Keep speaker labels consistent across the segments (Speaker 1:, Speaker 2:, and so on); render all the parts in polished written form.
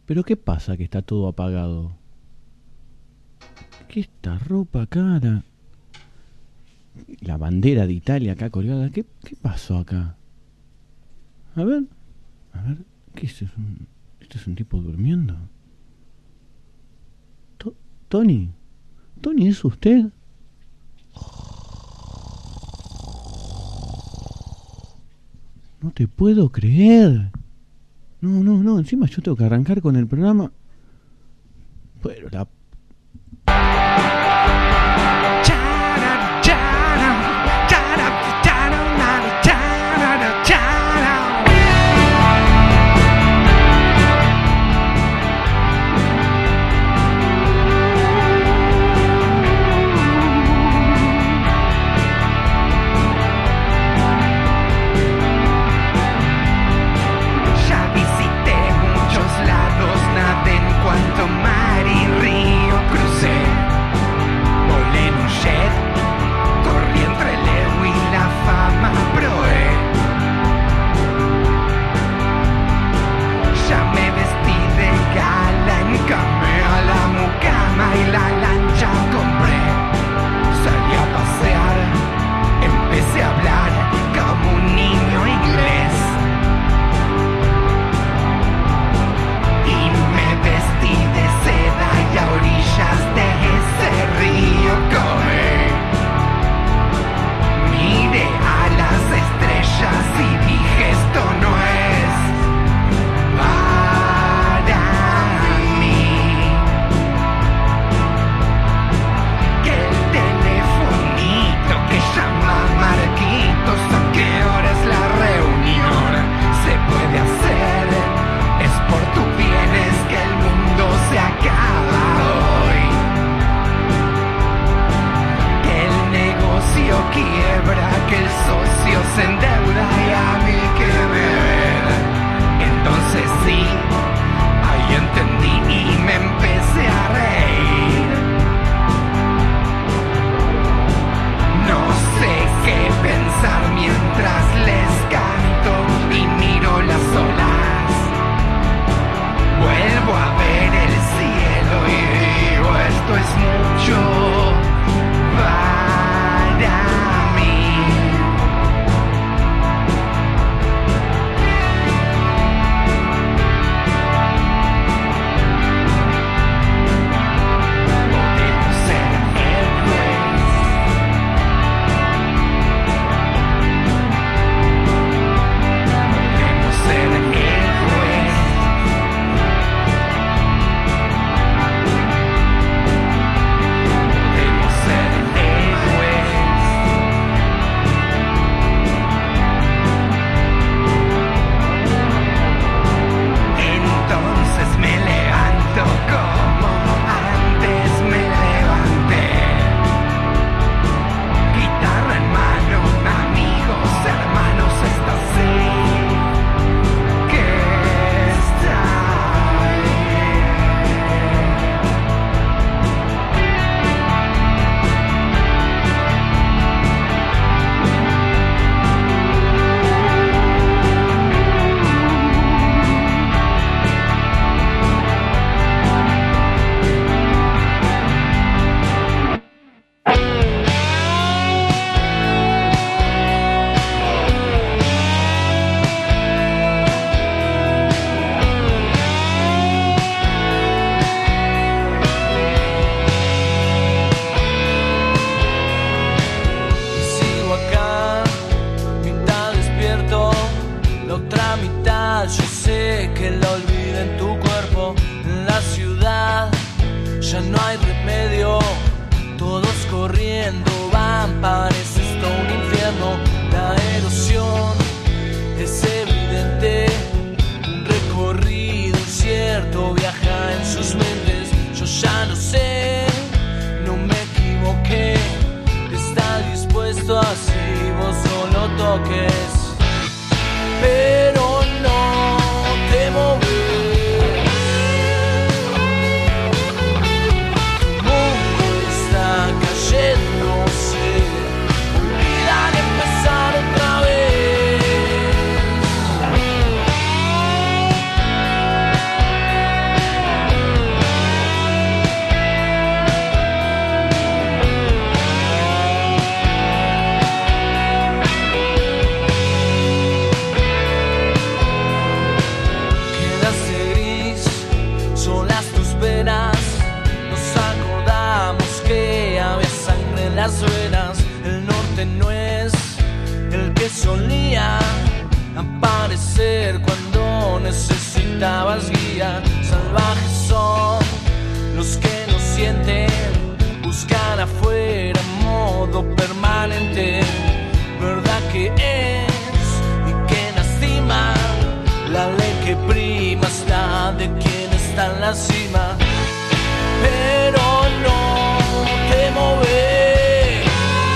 Speaker 1: ¿Pero qué pasa que está todo apagado? ¿Qué esta ropa acá? La bandera de Italia acá colgada. ¿Qué pasó acá? A ver, ¿qué es? ¿Esto es un tipo durmiendo? Tony, ¿es usted? No te puedo creer. No, encima yo tengo que arrancar con el programa. Pero la...
Speaker 2: Y la lancha compré, salí a pasear, empecé a hablar como un niño inglés y me vestí de seda y a orillas de ese río corrí. Miré a las estrellas y dije esto no es a qué hora es la reunión, se puede hacer, es por tu bien, es que el mundo se acaba hoy, que el negocio quiebra, que el socio se endeuda y a mí que me ven. Entonces sí, ahí entendí y me empecé a reír. No sé qué pensar mientras les canto y miro las olas. Vuelvo a ver el cielo y digo esto es mucho para mí. Podemos ser héroes. Podemos ser héroes. Podemos ser héroes. Entonces me levanto como antes me levanté. Guitarra en mano, amigos, hermanos, esta sí que está sigo acá, mitad despierto, la otra mitad yo sé que la olvidé en tu cuerpo. En la ciudad ya no hay remedio, todos corriendo van, parece esto un infierno. La erosión es evidente, un recorrido incierto viaja en sus mentes. Yo ya lo sé, no me equivoqué, está dispuesto así vos solo toques, pero no te moves. Tu mundo está cayéndose, olvidar empezar otra vez. las venas. El norte no es el que solía aparecer cuando necesitabas guía. Salvajes son los que no sienten, buscan afuera modo permanente. Verdad que es y que lastima, la ley que prima es la de quien está en la cima. Pero no te moves,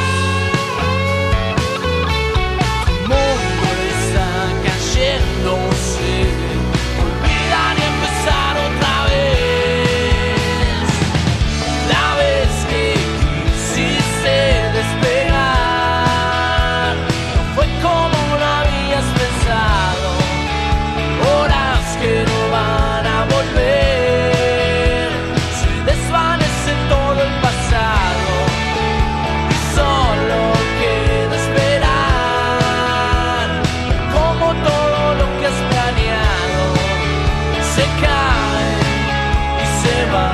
Speaker 2: tu mundo está cayéndose. Olvidar y empezar otra vez. La vez que quisiste despegar no fue como lo habías pensado. Horas que no van a volver, se desvanece todo el pasado y solo queda esperar como todo lo que has planeado se cae y se va.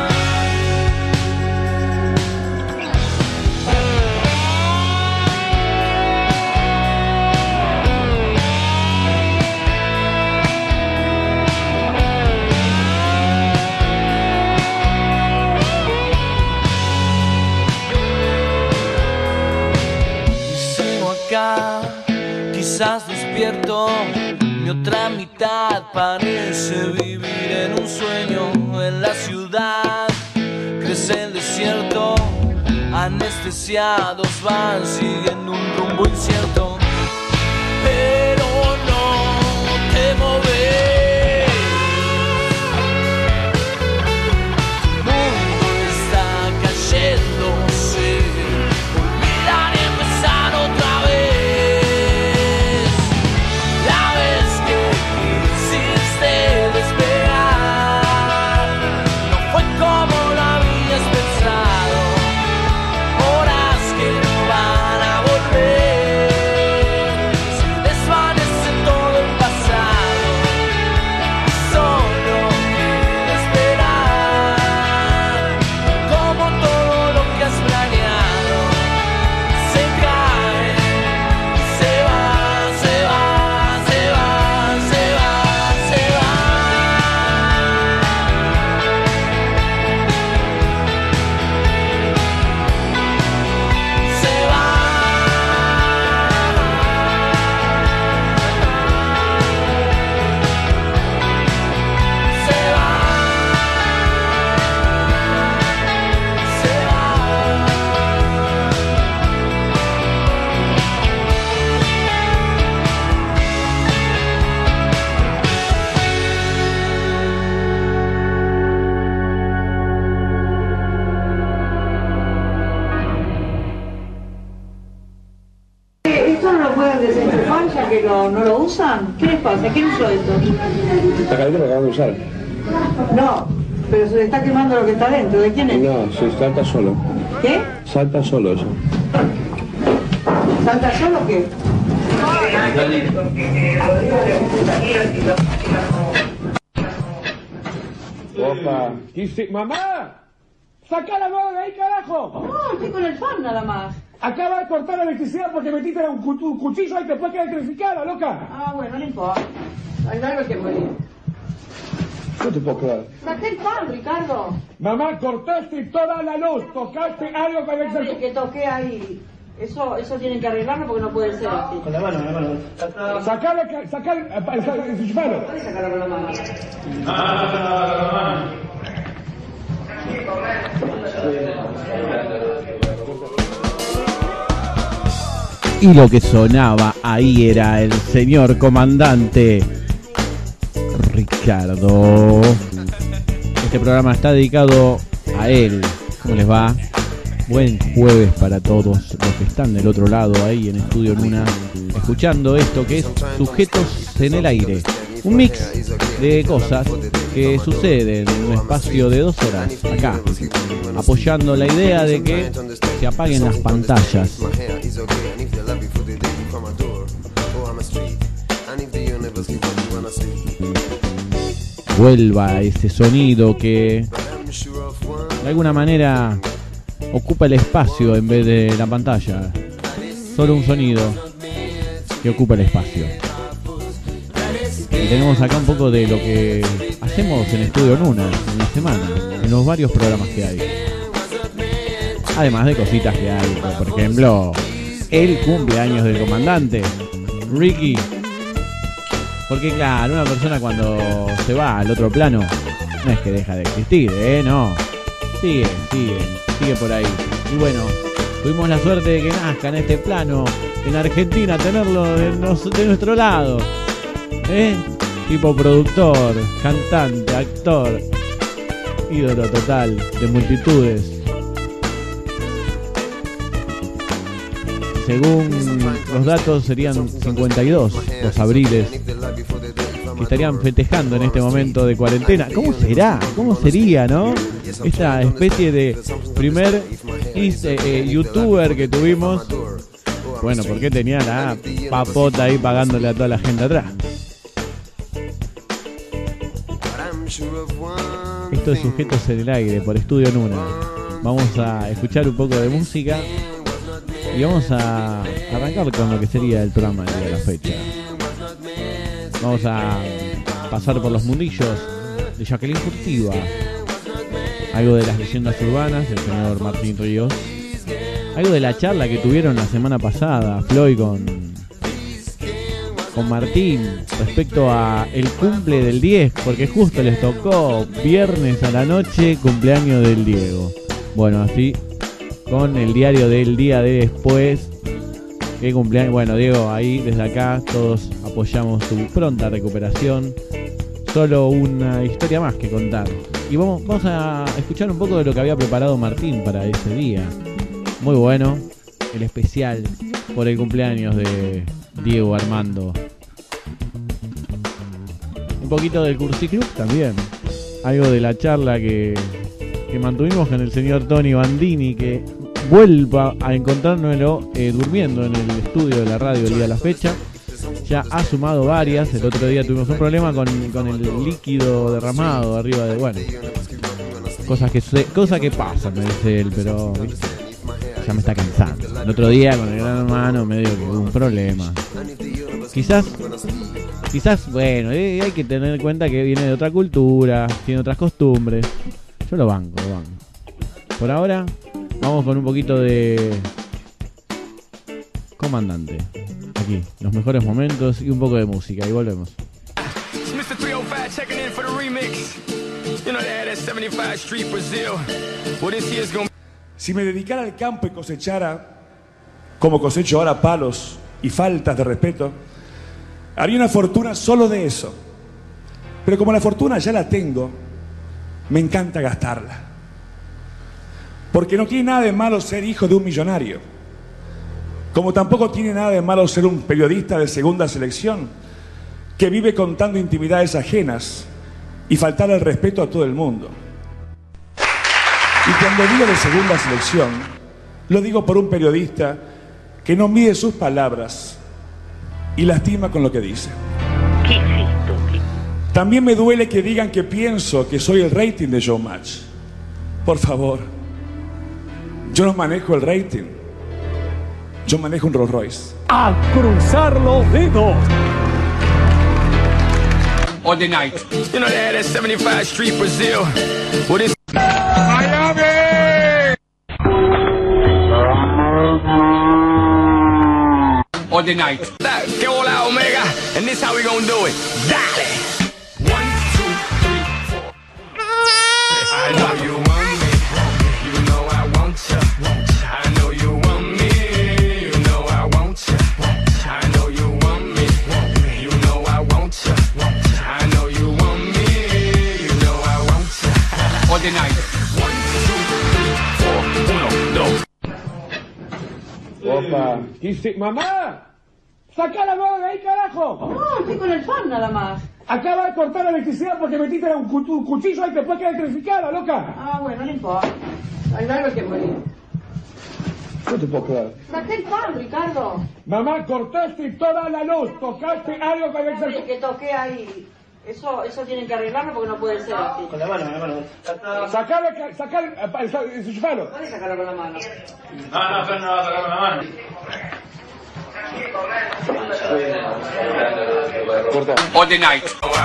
Speaker 2: Quizás despierto, mi otra mitad parece vivir en un sueño. En la ciudad crece el desierto, anestesiados van siguiendo un rumbo incierto. Pero no te moves, tu mundo está cayéndose. Olvidar y empezar otra vez.
Speaker 3: Que no lo usan. ¿Qué les pasa? ¿Quién usó esto?
Speaker 4: Está caliente, lo acaban de usar.
Speaker 3: No, pero se le está quemando lo que está dentro. ¿De quién es?
Speaker 4: No, se salta solo.
Speaker 3: ¿Qué?
Speaker 4: Salta solo eso.
Speaker 3: ¿Salta solo qué?
Speaker 4: Opa. ¡Mamá! ¡Saca la mano de ahí, carajo!
Speaker 3: No, estoy con el fan nada más.
Speaker 4: Acaba de cortar la electricidad porque metiste un cuchillo ahí, te puedes quedar electrificada, loca.
Speaker 3: Ah, bueno, no importa. Hay algo que morir.
Speaker 4: No te puedo creer.
Speaker 3: Saqué el fan, Ricardo.
Speaker 4: Mamá, cortaste toda la luz, tocaste algo con el
Speaker 3: El que toqué ahí. Eso tienen que arreglarlo porque no puede ser así.
Speaker 4: Con la mano. Sacale el enchufado.
Speaker 3: Puedes sacarlo con la mano.
Speaker 1: Y lo que sonaba ahí era el señor comandante Ricardo. Este programa está dedicado a él. ¿Cómo les va? Buen jueves para todos los que están del otro lado ahí en Estudio Luna, escuchando esto que es Sujetos en el Aire. Un mix de cosas que suceden en un espacio de 2 horas acá, apoyando la idea de que se apaguen las pantallas. Vuelva ese sonido que de alguna manera ocupa el espacio en vez de la pantalla. Solo un sonido que ocupa el espacio. Y tenemos acá un poco de lo que hacemos en Estudio Nuna en la semana, en los varios programas que hay. Además de cositas que hay, como por ejemplo, el cumpleaños del comandante Ricky. Porque claro, una persona cuando se va al otro plano, no es que deja de existir, no. Sigue por ahí. Y bueno, tuvimos la suerte de que nazca en este plano, en Argentina, tenerlo de nuestro lado. Tipo productor, cantante, actor, ídolo total de multitudes. Según los datos serían 52 los abriles que estarían festejando en este momento de cuarentena. ¿Cómo será? ¿Cómo sería, no? Esta especie de primer youtuber que tuvimos. Bueno, porque tenía la papota ahí pagándole a toda la gente atrás. Esto es Sujetos en el Aire por Estudio Nuna. Vamos a escuchar un poco de música y vamos a arrancar con lo que sería el programa del día de la fecha. Vamos a pasar por los mundillos de Jacqueline Furtiva, algo de las leyendas urbanas del señor Martín Ríos, algo de la charla que tuvieron la semana pasada Floyd con Martín respecto a el cumple del 10, porque justo les tocó viernes a la noche cumpleaños del Diego. Bueno, así con el diario del día de después, que cumpleaños. Bueno, Diego, ahí desde acá todos apoyamos tu pronta recuperación. Solo una historia más que contar. Y vamos a escuchar un poco de lo que había preparado Martín para ese día. Muy bueno, el especial por el cumpleaños de Diego Armando. Un poquito del Cursi Club también. Algo de la charla que mantuvimos con el señor Tony Bandini, que vuelva a encontrárnoslo durmiendo en el estudio de la radio el día de la fecha. Ya ha sumado varias. El otro día tuvimos un problema con el líquido derramado arriba de... Bueno, cosas que pasan, me dice él, pero ¿viste? Ya me está cansando. El otro día con el gran hermano medio que hubo un problema. Quizás, bueno, hay que tener en cuenta que viene de otra cultura, tiene otras costumbres. Yo lo banco. Por ahora, vamos con un poquito de Comandante. Aquí, los mejores momentos y un poco de música. Y volvemos.
Speaker 5: Si me dedicara al campo y cosechara, como cosecho ahora, palos y faltas de respeto, haría una fortuna solo de eso. Pero como la fortuna ya la tengo, me encanta gastarla. Porque no tiene nada de malo ser hijo de un millonario. Como tampoco tiene nada de malo ser un periodista de segunda selección que vive contando intimidades ajenas y faltar el respeto a todo el mundo. Y cuando digo de segunda selección, lo digo por un periodista que no mide sus palabras y lastima con lo que dice.
Speaker 6: ¿Qué hiciste?
Speaker 5: También me duele que digan que pienso que soy el rating de Showmatch. Por favor, yo no manejo el rating. Yo manejo un Rolls Royce.
Speaker 4: ¡A cruzar los dedos!
Speaker 2: All the night. You know that at 75 Street, Brazil. What is Miami? All the night. Que hola Omega, and this how we gonna do it. Dale. 1, 2, 3, 4. I know you want me. You know I want you. I know you want me. You know I want you. I know you want me. You know I want you. I know you want me. You know I want you. All the night. 1, 2, 3, 4. 1, 2.
Speaker 4: Opa. ¡Mamá! ¡Saca la mano de ahí, carajo!
Speaker 3: No, estoy con el fan nada más.
Speaker 4: Acaba de cortar la electricidad porque metiste un cuchillo ahí que después queda electrificada, loca.
Speaker 3: Ah, bueno, no importa. Hay algo que morir.
Speaker 4: No te puedo creer.
Speaker 3: Saqué el fan, Ricardo.
Speaker 4: Mamá, cortaste toda la luz. Tocaste algo con
Speaker 3: El
Speaker 4: electricidad.
Speaker 3: que toqué ahí. Eso tienen que arreglarlo porque no puede ser así.
Speaker 4: Con la mano. Sacale, enchufalo.
Speaker 3: Puedes sacarlo con la mano.
Speaker 4: No, Fer no va a sacar con la mano.
Speaker 6: All the night.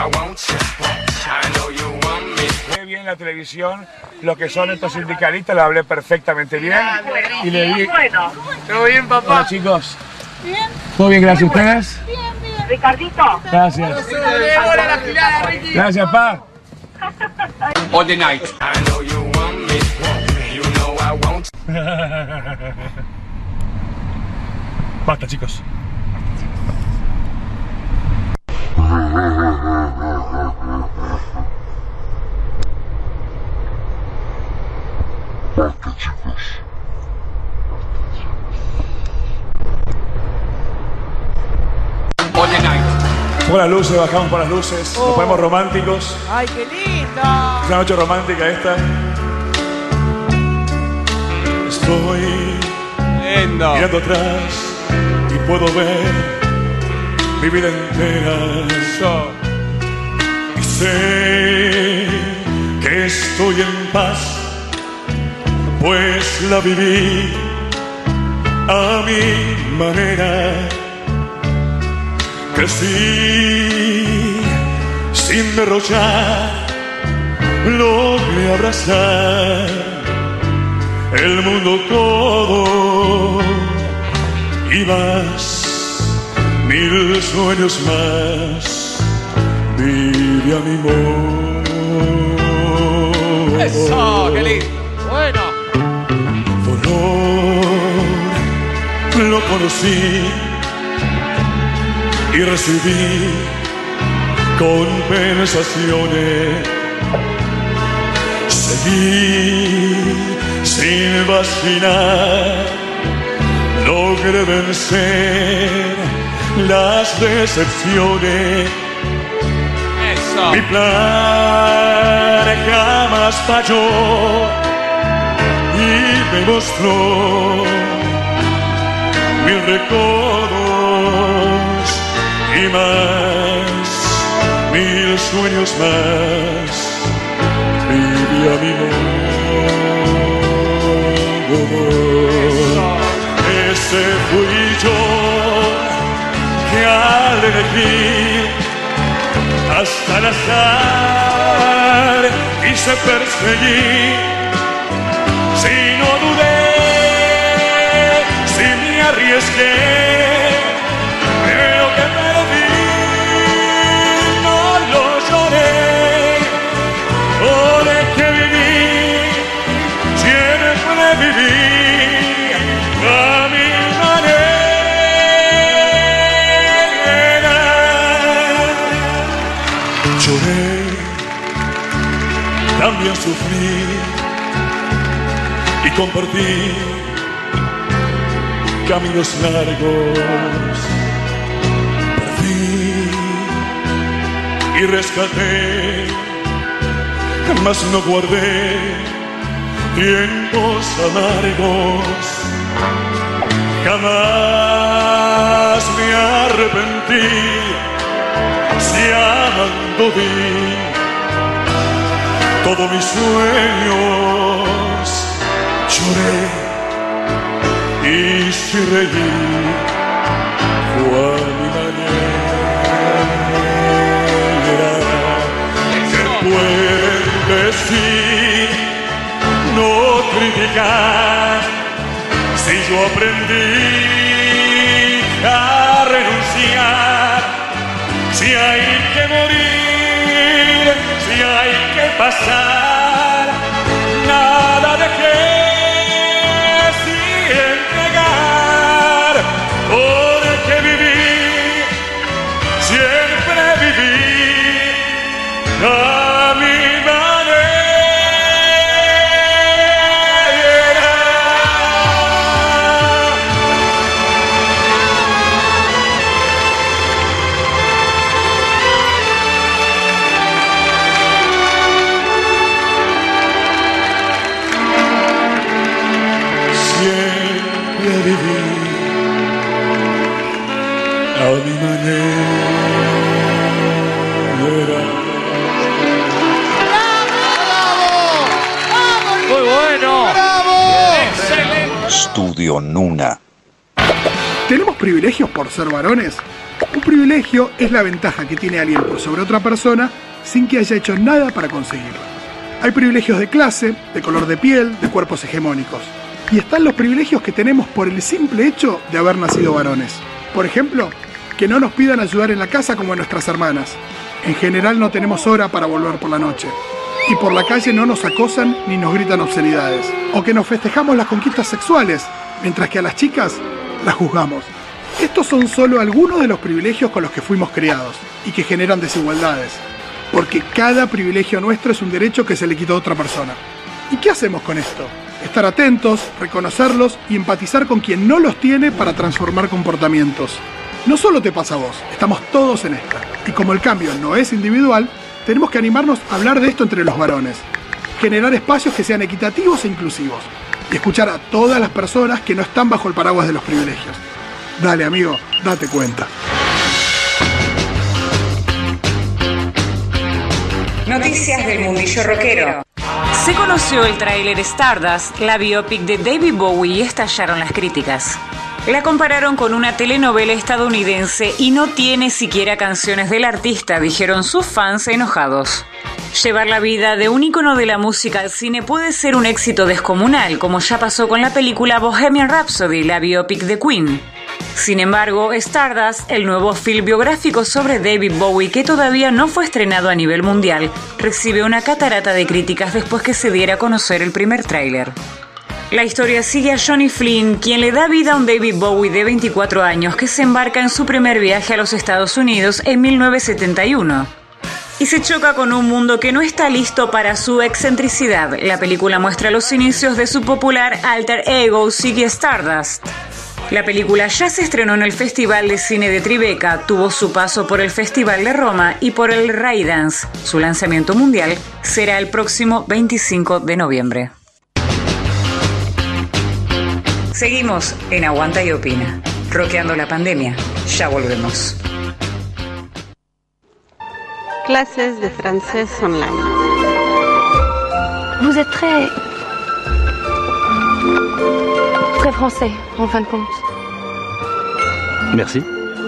Speaker 4: Ve bien la televisión, lo que son estos sindicalistas, lo hablé perfectamente bien. Y le di... ¿Todo bien, papá? Hola, chicos.
Speaker 7: Bien.
Speaker 4: ¿Todo bien, gracias a ustedes?
Speaker 7: Bien.
Speaker 3: Ricardito.
Speaker 4: Gracias. Gracias, pa.
Speaker 6: All the night.
Speaker 5: Basta, chicos.
Speaker 6: All the night.
Speaker 5: Por las luces, bajamos por las luces, nos ponemos románticos.
Speaker 8: ¡Ay, qué lindo!
Speaker 5: Es una noche romántica esta. Estoy mirando atrás y puedo ver mi vida entera. Y sé que estoy en paz, pues la viví a mi manera. Crecí sin derrochar, logré abrazar el mundo todo y más, 1000 sueños más, vive a mi modo.
Speaker 6: Eso, qué lindo. Bueno.
Speaker 5: Dolor lo conocí y recibí compensaciones. Seguí sin vacilar, logré vencer las decepciones.
Speaker 6: Eso.
Speaker 5: Mi plan jamás falló y me mostró 1000 recodos y más, 1000 sueños más, viví a mi modo. Ese fui yo que al elegir hasta el azar quise perseguir, si no dudé, si me arriesgué. También sufrí y compartí caminos largos. Perdí y rescaté, mas no guardé tiempos amargos. Jamás me arrepentí si amando di todos mis sueños. Lloré y si reí fue a mi manera. ¿Qué pueden decir? No criticar, si yo aprendí a renunciar, si hay que morir, si hay que pasar, nada dejé sin entregar, porque viví, siempre viví a mi manera. Viví a mi manera.
Speaker 7: Estudio Nuna.
Speaker 8: ¿Tenemos privilegios por ser varones? Un privilegio es la ventaja que tiene alguien por sobre otra persona sin que haya hecho nada para conseguirlo. Hay privilegios de clase, de color de piel, de cuerpos hegemónicos. Y están los privilegios que tenemos por el simple hecho de haber nacido varones. Por ejemplo, que no nos pidan ayudar en la casa como a nuestras hermanas. En general no tenemos hora para volver por la noche. Y por la calle no nos acosan ni nos gritan obscenidades. O que nos festejamos las conquistas sexuales, mientras que a las chicas las juzgamos. Estos son solo algunos de los privilegios con los que fuimos criados y que generan desigualdades. Porque cada privilegio nuestro es un derecho que se le quitó a otra persona. ¿Y qué hacemos con esto? Estar atentos, reconocerlos y empatizar con quien no los tiene para transformar comportamientos. No solo te pasa a vos, estamos todos en esta. Y como el cambio no es individual, tenemos que animarnos a hablar de esto entre los varones. Generar espacios que sean equitativos e inclusivos. Y escuchar a todas las personas que no están bajo el paraguas de los privilegios. Dale, amigo, date cuenta.
Speaker 9: Noticias del mundillo rockero. Se conoció el tráiler Stardust, la biopic de David Bowie, y estallaron las críticas. La compararon con una telenovela estadounidense y no tiene siquiera canciones del artista, dijeron sus fans enojados. Llevar la vida de un ícono de la música al cine puede ser un éxito descomunal, como ya pasó con la película Bohemian Rhapsody, la biopic de Queen. Sin embargo, Stardust, el nuevo film biográfico sobre David Bowie que todavía no fue estrenado a nivel mundial, recibe una catarata de críticas después que se diera a conocer el primer tráiler. La historia sigue a Johnny Flynn, quien le da vida a un David Bowie de 24 años que se embarca en su primer viaje a los Estados Unidos en 1971. Y se choca con un mundo que no está listo para su excentricidad. La película muestra los inicios de su popular alter ego Ziggy Stardust. La película ya se estrenó en el Festival de Cine de Tribeca, tuvo su paso por el Festival de Roma y por el Raidance. Su lanzamiento mundial será el próximo 25 de noviembre. Seguimos en Aguanta y Opina. Rockeando la pandemia. Ya volvemos.
Speaker 10: Clases de francés online.
Speaker 11: Vous êtes très français, en fin de compte.
Speaker 12: Merci.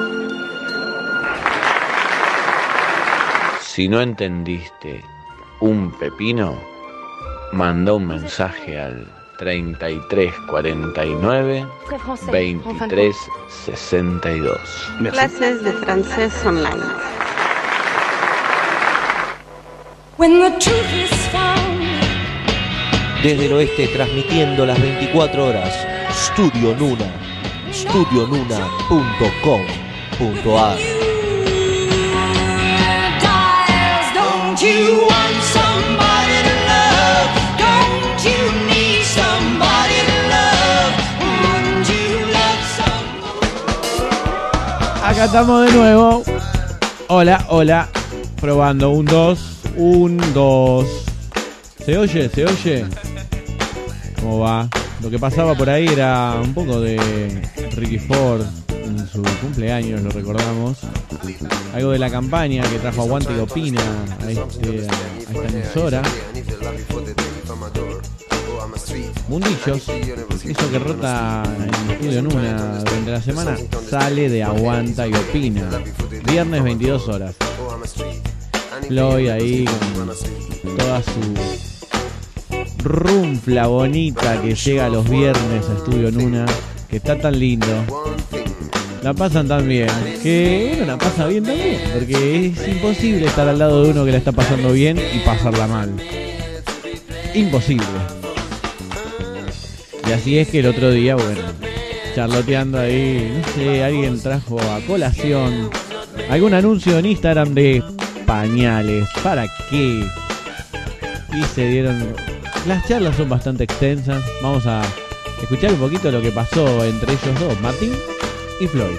Speaker 13: Si no entendiste un pepino, manda un mensaje al 33 49 23 62.
Speaker 10: Clases de francés online.
Speaker 14: Desde el oeste transmitiendo las 24 horas. Studio Nuna. StudioNuna.com.ar.
Speaker 1: Acá estamos de nuevo. Hola, hola. Probando. 1, 2. 1, 2. ¿Se oye? ¿Se oye? ¿Cómo va? Lo que pasaba por ahí era un poco de Ricky Ford en su cumpleaños, lo recordamos. Algo de la campaña que trajo Aguanta y Opina a esta emisora. Mundillos, eso que rota en Estudio Nuna durante la semana, sale de Aguanta y Opina. Viernes 22 horas. Floyd ahí con toda su rumfla bonita que llega los viernes a Estudio Nuna, que está tan lindo. La pasan tan bien, que uno la pasa bien también, porque es imposible estar al lado de uno que la está pasando bien y pasarla mal. Imposible. Y así es que el otro día, bueno, charloteando ahí, no sé, alguien trajo a colación algún anuncio en Instagram de pañales. ¿Para qué? Y se dieron... Las charlas son bastante extensas. Vamos a escuchar un poquito lo que pasó entre ellos dos, Martín y Floyd.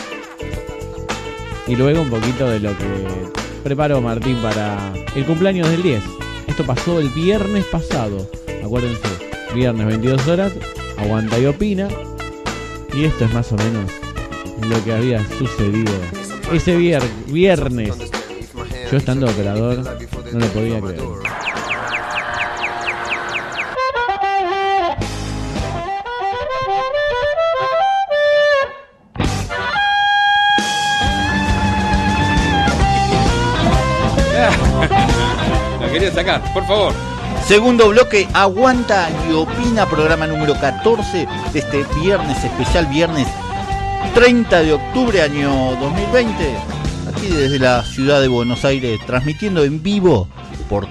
Speaker 1: Y luego un poquito de lo que preparó Martín para el cumpleaños del 10. Esto pasó el viernes pasado. Acuérdense, viernes 22 horas, Aguanta y Opina. Y esto es más o menos lo que había sucedido ese viernes. Yo estando operador no lo podía creer.
Speaker 7: sacar, por favor.
Speaker 12: Segundo bloque, Aguanta y Opina, programa número 14 de este viernes, especial viernes 30 de octubre, año 2020. Aquí desde la ciudad de Buenos Aires, transmitiendo en vivo por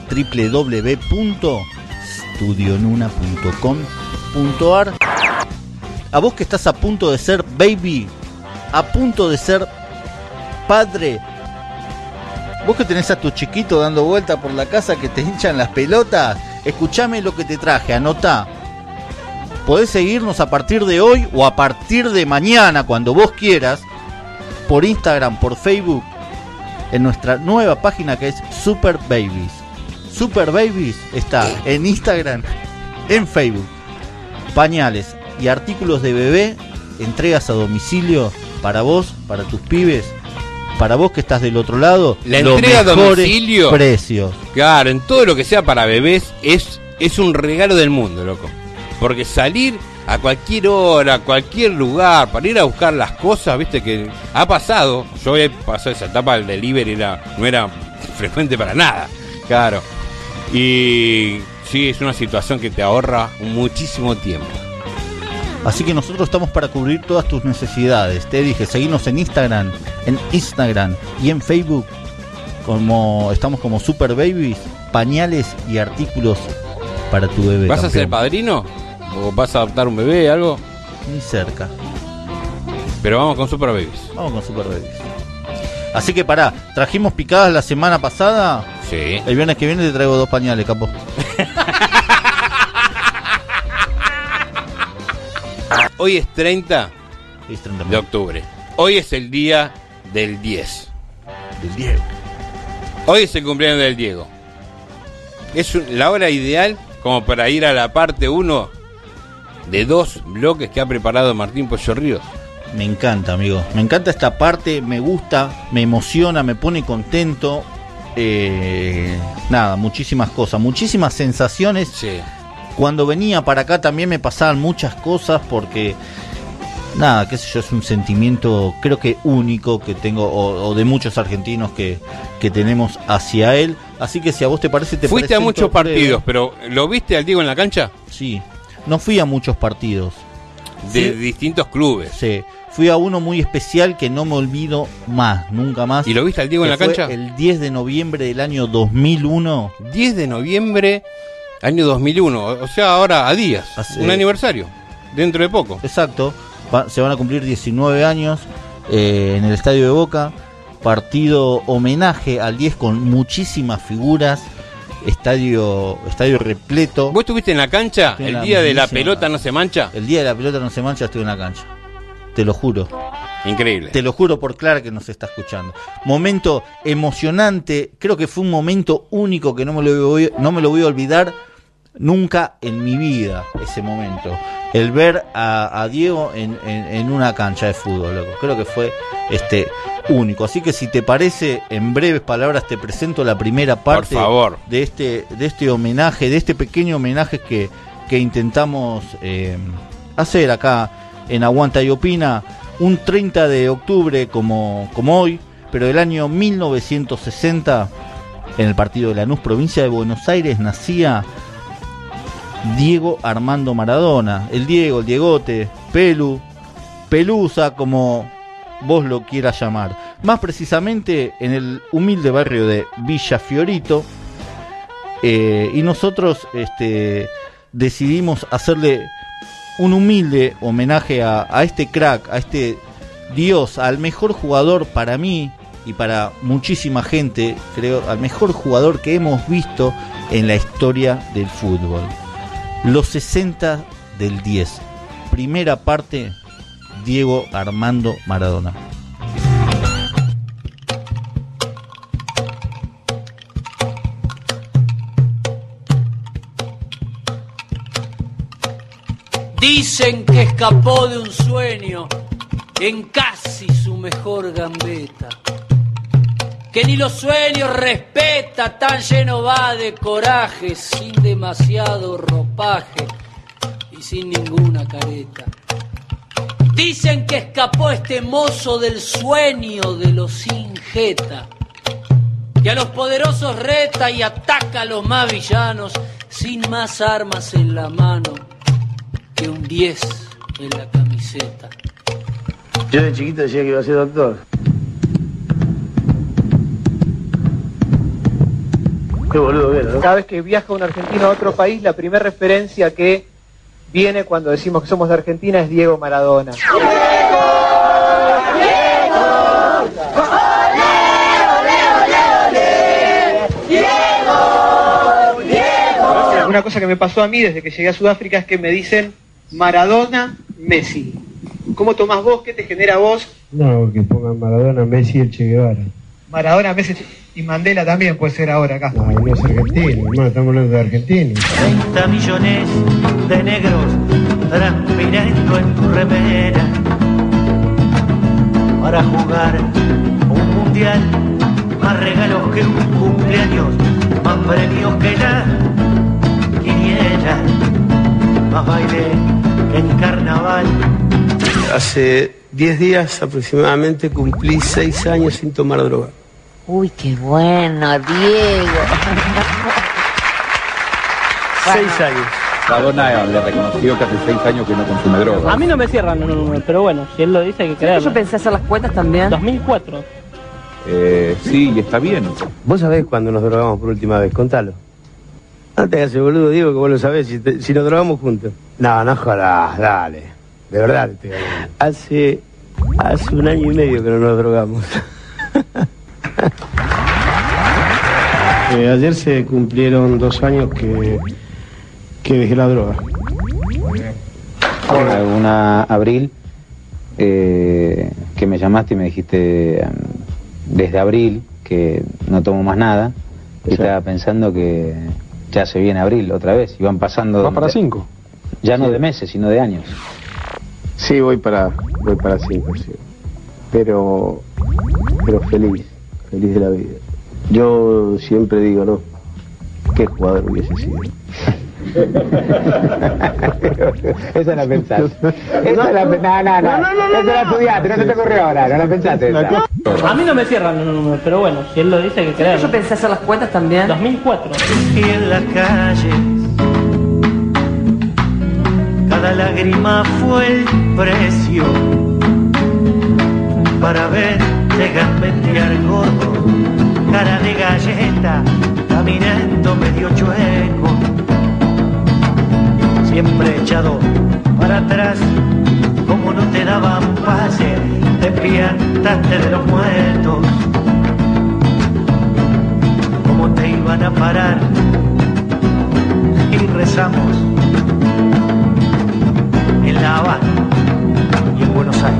Speaker 12: www.studionuna.com.ar. A vos que estás a punto de ser baby, a punto de ser padre, vos que tenés a tu chiquito dando vuelta por la casa que te hinchan las pelotas, escuchame lo que te traje, anotá. Podés seguirnos a partir de hoy o a partir de mañana, cuando vos quieras, por Instagram, por Facebook, en nuestra nueva página que es Super Babies. Super Babies está en Instagram, en Facebook. Pañales y artículos de bebé, entregas a domicilio para vos, para tus pibes. Para vos que estás del otro lado,
Speaker 7: la entrega a domicilio,
Speaker 12: precios.
Speaker 7: Claro, en todo lo que sea para bebés es un regalo del mundo, loco. Porque salir a cualquier hora, a cualquier lugar, para ir a buscar las cosas, viste que ha pasado. Yo he pasado esa etapa, el delivery no era frecuente para nada. Claro. Y sí, es una situación que te ahorra muchísimo tiempo.
Speaker 12: Así que nosotros estamos para cubrir todas tus necesidades. Te dije, seguinos en Instagram y en Facebook. Estamos como Super Babies, pañales y artículos para tu bebé.
Speaker 7: ¿Vas a ser padrino? ¿O vas a adoptar un bebé, algo?
Speaker 12: Ni cerca.
Speaker 7: Pero vamos con Super Babies.
Speaker 12: Vamos con Super Babies. Así que trajimos picadas la semana pasada.
Speaker 7: Sí.
Speaker 12: El viernes que viene te traigo 2 pañales, capo.
Speaker 7: Hoy es 30 de octubre. Hoy es el día del 10.
Speaker 12: Del Diego.
Speaker 7: Hoy es el cumpleaños del Diego. Es la hora ideal como para ir a la parte 1 de 2 bloques que ha preparado Martín Pollo Ríos.
Speaker 12: Me encanta, amigo. Me encanta esta parte, me gusta, me emociona, me pone contento. Muchísimas cosas, muchísimas sensaciones.
Speaker 7: Sí.
Speaker 12: Cuando venía para acá también me pasaban muchas cosas porque, qué sé yo, es un sentimiento creo que único que tengo o de muchos argentinos que tenemos hacia él. Así que si a vos te parece, te
Speaker 7: fuiste a muchos partidos, pero ¿lo viste al Diego en la cancha?
Speaker 12: Sí, no fui a muchos partidos.
Speaker 7: De distintos clubes.
Speaker 12: Sí, fui a uno muy especial que no me olvido nunca más.
Speaker 7: ¿Y lo viste al Diego en la cancha?
Speaker 12: El 10 de noviembre del año 2001.
Speaker 7: 10 de noviembre... Año 2001, o sea, ahora a días, un aniversario, dentro de poco.
Speaker 12: Exacto, se van a cumplir 19 años en el Estadio de Boca, partido homenaje al 10 con muchísimas figuras, estadio repleto.
Speaker 7: ¿Vos estuviste en la cancha el día de la pelota no se mancha?
Speaker 12: El día de la pelota no se mancha estuve en la cancha, te lo juro.
Speaker 7: Increíble.
Speaker 12: Te lo juro por Clara que nos está escuchando. Momento emocionante, creo que fue un momento único que no me lo voy a olvidar nunca en mi vida, ese momento. El ver a Diego en una cancha de fútbol, loco. Creo que fue único. Así que si te parece, en breves palabras te presento la primera parte, por favor, de este homenaje, de este pequeño homenaje que intentamos hacer acá en Aguanta y Opina. Un 30 de octubre como hoy, pero del año 1960, en el partido de Lanús, provincia de Buenos Aires, nacía Diego Armando Maradona. El Diego, el Diegote, Pelusa, como vos lo quieras llamar. Más precisamente en el humilde barrio de Villa Fiorito. Y nosotros decidimos hacerle un humilde homenaje a este crack, a este dios, al mejor jugador para mí y para muchísima gente, creo, al mejor jugador que hemos visto en la historia del fútbol. Los 60 del 10. Primera parte, Diego Armando Maradona.
Speaker 15: Dicen que escapó de un sueño en casi su mejor gambeta, que ni los sueños respeta, tan lleno va de coraje, sin demasiado ropaje y sin ninguna careta. Dicen que escapó este mozo del sueño de los sin jeta, que a los poderosos reta y ataca a los más villanos, sin más armas en la mano que un 10 en la camiseta.
Speaker 16: Yo de chiquito decía que iba a ser doctor. Qué boludo que era, ¿no?
Speaker 17: Cada vez que viaja un argentino a otro país, la primera referencia que viene cuando decimos que somos de Argentina es Diego Maradona. Una cosa que me pasó a mí desde que llegué a Sudáfrica es que me dicen Maradona, Messi. ¿Cómo tomás vos? ¿Qué te genera vos?
Speaker 18: No, que pongan Maradona, Messi y el Che Guevara.
Speaker 17: Maradona, Messi y Mandela también puede ser ahora acá.
Speaker 18: No, no es argentino, hermano, estamos hablando de Argentina.
Speaker 19: 30 millones de negros transpirando en tu remera para jugar un mundial, más regalos que un cumpleaños, más premios que la quiniela, más baile que en carnaval.
Speaker 16: Hace 10 días aproximadamente cumplí 6 años sin tomar droga.
Speaker 20: Uy, qué bueno, Diego.
Speaker 16: 6 años.
Speaker 21: Maradona le reconoció que hace 6 años que no consume droga.
Speaker 22: A mí no me cierran los números, pero bueno, si él lo dice hay que creerlo.
Speaker 20: Yo pensé hacer las cuentas también.
Speaker 22: 2004.
Speaker 21: Sí, y está bien.
Speaker 16: ¿Vos sabés cuándo nos drogamos por última vez? Contalo. No te hagas el boludo, Diego, que vos lo sabés, si nos drogamos juntos. No jodas, dale. De verdad te digo. Hace 1 año y medio que no nos drogamos.
Speaker 18: Ayer se cumplieron 2 años que dejé la droga.
Speaker 23: Una abril que me llamaste y me dijiste desde abril que no tomo más nada. Y estaba pensando que ya se viene abril otra vez y van pasando.
Speaker 18: ¿Vas para 5?
Speaker 23: Ya no de meses, sino de años.
Speaker 18: Sí, voy para 5, sí. Pero feliz de la vida. Yo siempre digo, ¿no? ¿Qué jugador hubiese sido?
Speaker 23: Esa la pensaste. No, esa la estudiaste, no se te ocurrió ahora, no la pensaste.
Speaker 22: A mí no me cierran los números, pero bueno, si él lo dice hay que creerlo.
Speaker 20: Yo pensé hacer las cuentas también.
Speaker 22: 2004.
Speaker 19: Y en la calle cada lágrima fue el precio para verte gambetear gordo, cara de galleta, caminando medio chueco, siempre echado para atrás, como no te daban pase, te piantaste de los muertos, como te iban a parar, y rezamos en La Habana y en Buenos Aires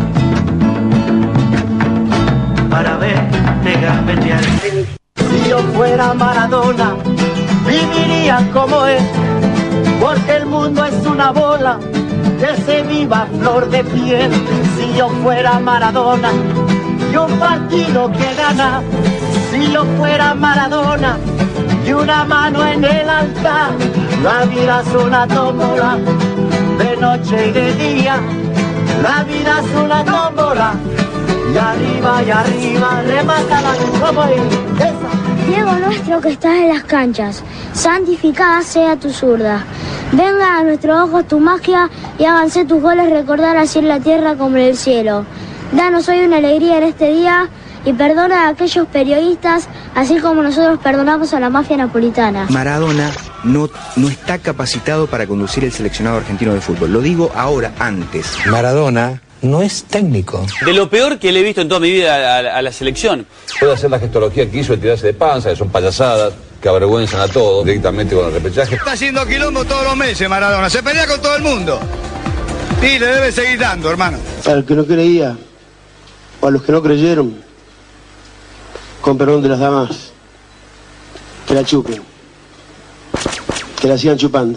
Speaker 19: para verte gambetear.
Speaker 24: Si yo fuera Maradona, viviría como él, porque el mundo es una bola que se viva flor de piel. Si yo fuera Maradona y un partido que gana, si yo fuera Maradona y una mano en el altar, la vida es una tómbola de noche y de día, la vida es una tómbola y arriba remata la como
Speaker 25: Diego nuestro que estás en las canchas, santificada sea tu zurda. Venga a nuestros ojos tu magia y háganse tus goles recordar así en la tierra como en el cielo. Danos hoy una alegría en este día y perdona a aquellos periodistas, así como nosotros perdonamos a la mafia napolitana.
Speaker 26: Maradona no está capacitado para conducir el seleccionado argentino de fútbol. Lo digo ahora, antes.
Speaker 27: Maradona no es técnico.
Speaker 28: De lo peor que le he visto en toda mi vida a la selección.
Speaker 29: Puede hacer la gestología que hizo de tirarse de panza, que son payasadas, que avergüenzan a todos directamente con el repechaje.
Speaker 30: Está haciendo quilombo todos los meses, Maradona. Se pelea con todo el mundo. Y le debe seguir dando, hermano.
Speaker 18: Al que no creía, o a los que no creyeron, con perdón de las damas, que la chupen, que la sigan chupando.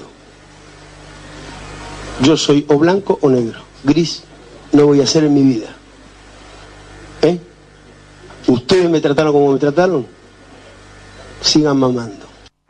Speaker 18: Yo soy o blanco o negro, gris no voy a ser en mi vida. Ustedes me trataron como me trataron, sigan mamando.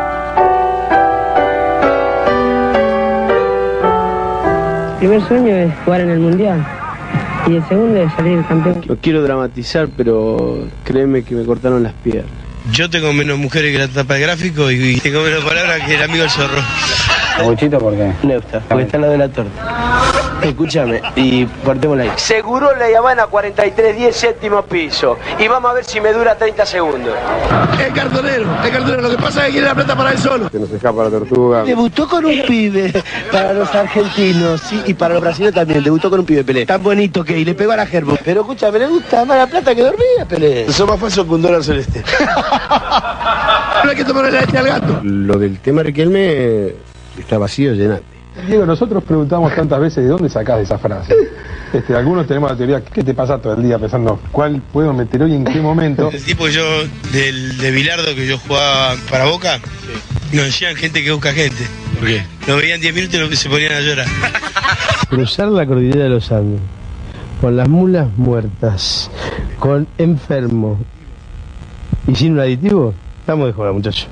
Speaker 31: El primer sueño es jugar en el Mundial y el segundo es salir campeón.
Speaker 18: No quiero dramatizar, pero créeme que me cortaron las piernas.
Speaker 2: Yo tengo menos mujeres que la tapa de gráfico y tengo menos palabras que el amigo el zorro.
Speaker 23: ¿Aguchito por qué?
Speaker 31: Neusta, porque está en la de la torta. Escúchame, y cortémosla ahí.
Speaker 16: Seguro La Habana 4310, séptimo piso. Y vamos a ver si me dura 30 segundos.
Speaker 30: El cartonero. Lo que pasa es que quiere la plata para él solo.
Speaker 29: Se nos escapa la tortuga.
Speaker 31: Debutó con un pibe para los argentinos, sí, y para los brasileños también. Debutó con un pibe, Pelé. Tan bonito que y le pegó a la Gerbo. Pero escúchame, le gusta más la plata que dormía, Pelé.
Speaker 30: Eso es más falso que un dólar celeste. No hay que tomar la leche al gato.
Speaker 31: Lo del tema Riquelme está vacío, llenante.
Speaker 3: Diego, nosotros preguntamos tantas veces de dónde sacás esa frase. Algunos tenemos la teoría, ¿qué te pasa todo el día pensando cuál puedo meter hoy en qué momento?
Speaker 2: El tipo yo, de Bilardo, que yo jugaba para Boca, nos decían gente que busca gente. ¿Por qué? Nos veían 10 minutos y se ponían a llorar.
Speaker 31: Cruzar la cordillera de los Andes, con las mulas muertas, con enfermo y sin un aditivo, estamos de joda, muchachos.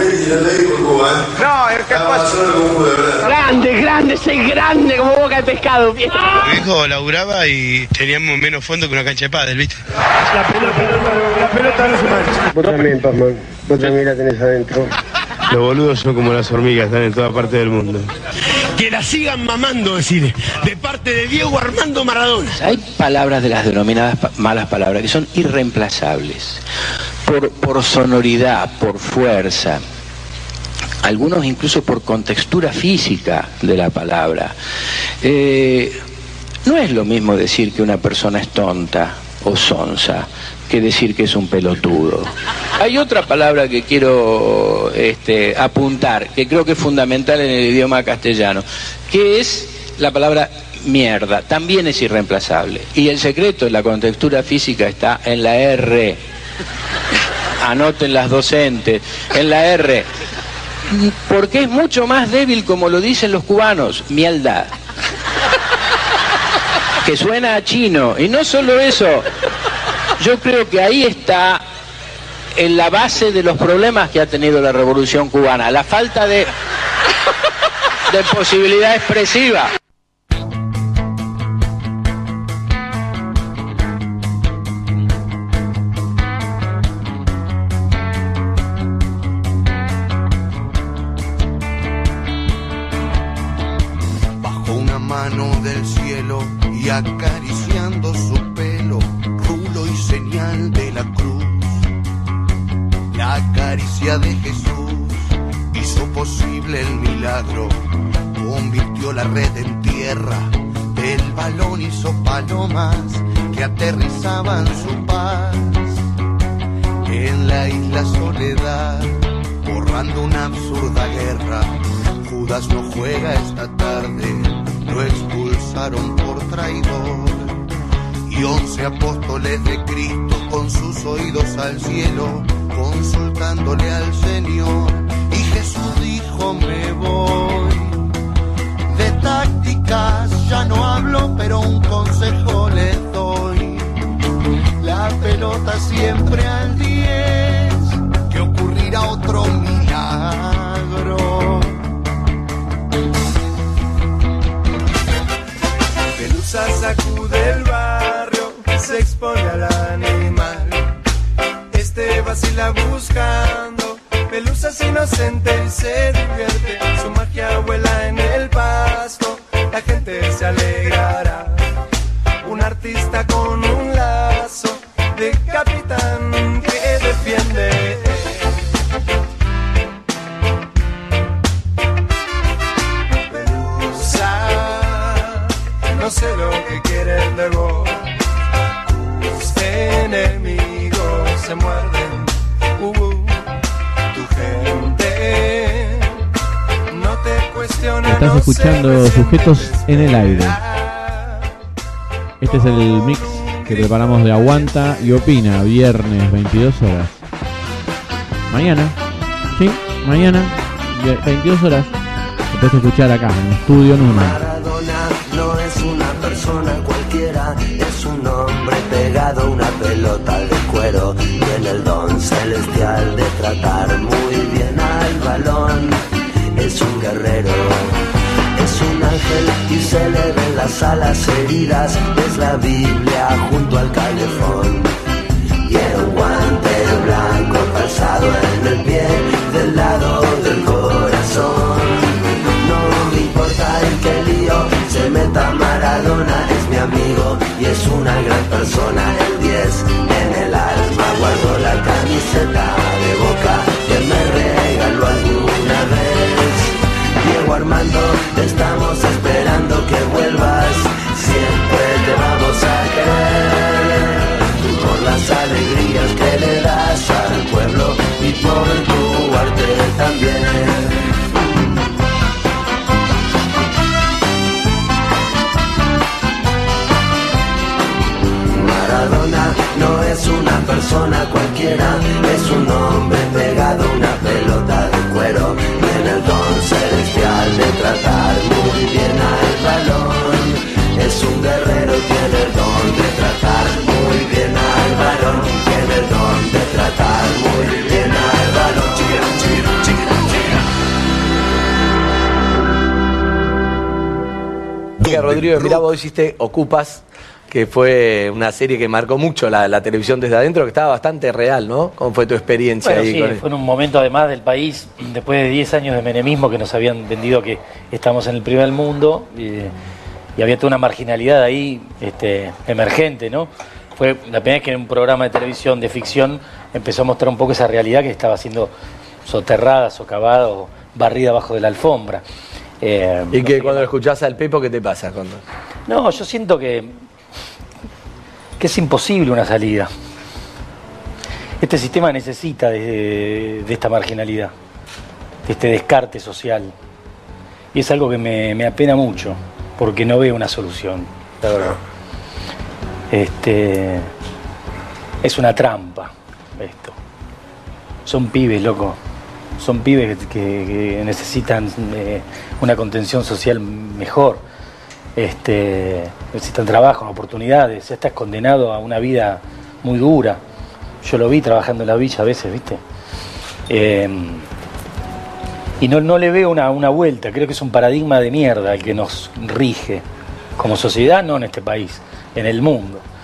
Speaker 30: No, es que
Speaker 31: Grande, soy grande como boca de pescado.
Speaker 2: Mi hijo laburaba y teníamos menos fondo que una cancha de pádel, ¿viste?
Speaker 30: La pelota no se mancha.
Speaker 31: Vos también, Pazman, vos también la tenés adentro.
Speaker 2: Los boludos son como las hormigas, están en toda parte del mundo.
Speaker 30: Que la sigan mamando, decir, de parte de Diego Armando Maradona.
Speaker 4: Hay palabras de las denominadas malas palabras que son irreemplazables. Por sonoridad, por fuerza, algunos incluso por contextura física de la palabra. No es lo mismo decir que una persona es tonta o sonsa que decir que es un pelotudo. Hay otra palabra que quiero apuntar, que creo que es fundamental en el idioma castellano, que es la palabra mierda. También es irreemplazable. Y el secreto de la contextura física está en la R. Anoten las docentes, en la R, porque es mucho más débil, como lo dicen los cubanos, mierda, que suena a chino. Y no solo eso, yo creo que ahí está en la base de los problemas que ha tenido la Revolución Cubana, la falta de posibilidad expresiva.
Speaker 5: Del cielo y acariciando su pelo, rulo y señal de la cruz. La caricia de Jesús hizo posible el milagro, convirtió la red en tierra, del balón hizo palomas que aterrizaban su paz. En la isla Soledad, borrando una absurda guerra, Judas no juega esta tarde. Lo expulsaron por traidor y 11 apóstoles de Cristo con sus oídos al cielo consultándole al Señor. Y Jesús dijo: me voy, de tácticas ya no hablo, pero un consejo les doy: la pelota siempre al 10, que ocurrirá otro milagro. Sacude el barrio, se expone al animal. Este vacila buscando pelusas inocentes y se divierte. Su magia vuela en el pasto, la gente se alegrará. Un artista con un lazo de capitán que defiende. No sé lo que quieren luego. Tus enemigos se muerden. Tu gente no te cuestiona.
Speaker 1: Estás escuchando Sujetos en el Aire. Este es el mix que preparamos de Aguanta y Opina, viernes 22 horas. Mañana, sí, mañana 22 horas. Lo puedes escuchar acá en Estudio Nuna.
Speaker 24: No es una persona cualquiera, es un hombre pegado a una pelota de cuero. Tiene el don celestial de tratar muy bien al balón. Es un guerrero, es un ángel y se le ven las alas heridas. Es la Biblia junto al calefón y el guante blanco pasa
Speaker 6: tatuado en el pie del lado del corazón. No me importa en qué lío se meta Maradona, es mi amigo y es una gran persona. El 10 en el alma, guardo la camiseta de Boca que me regaló alguna vez. Diego Armando, te estamos esperando que vuelvas, siempre te vamos a querer, por las alegrías que le das al pueblo y por tu arte también. Maradona no es una persona cualquiera, es un hombre pegado a una pelota de cuero, tiene el don celestial de tratar muy bien al balón. Es un guerrero, tiene el don de tratar muy bien al balón, tiene el don de tratar muy bien al balón. Chiquira, chiquira, chiquira,
Speaker 7: chiquira. Rodrigo, mirá, vos hiciste Ocupas, que fue una serie que marcó mucho la televisión desde adentro, que estaba bastante real, ¿no? ¿Cómo fue tu experiencia ahí?
Speaker 8: Sí, fue en un momento además del país, después de 10 años de menemismo, que nos habían vendido que estamos en el primer mundo, y había toda una marginalidad ahí emergente, ¿no? Fue la primera vez que en un programa de televisión de ficción empezó a mostrar un poco esa realidad que estaba siendo soterrada, socavada o barrida abajo de la alfombra.
Speaker 7: ¿Y que cuando escuchás al Pepo, qué te pasa?
Speaker 8: No, yo siento que es imposible una salida. Este sistema necesita de esta marginalidad, de este descarte social. Y es algo que me apena mucho, porque no veo una solución, la verdad. Es una trampa esto. Son pibes, loco. Son pibes que necesitan una contención social mejor. Necesitan trabajo, oportunidades. Ya estás condenado a una vida muy dura. Yo lo vi trabajando en la villa a veces, ¿viste? Y no le veo una vuelta. Creo que es un paradigma de mierda el que nos rige como sociedad, no en este país, en el mundo.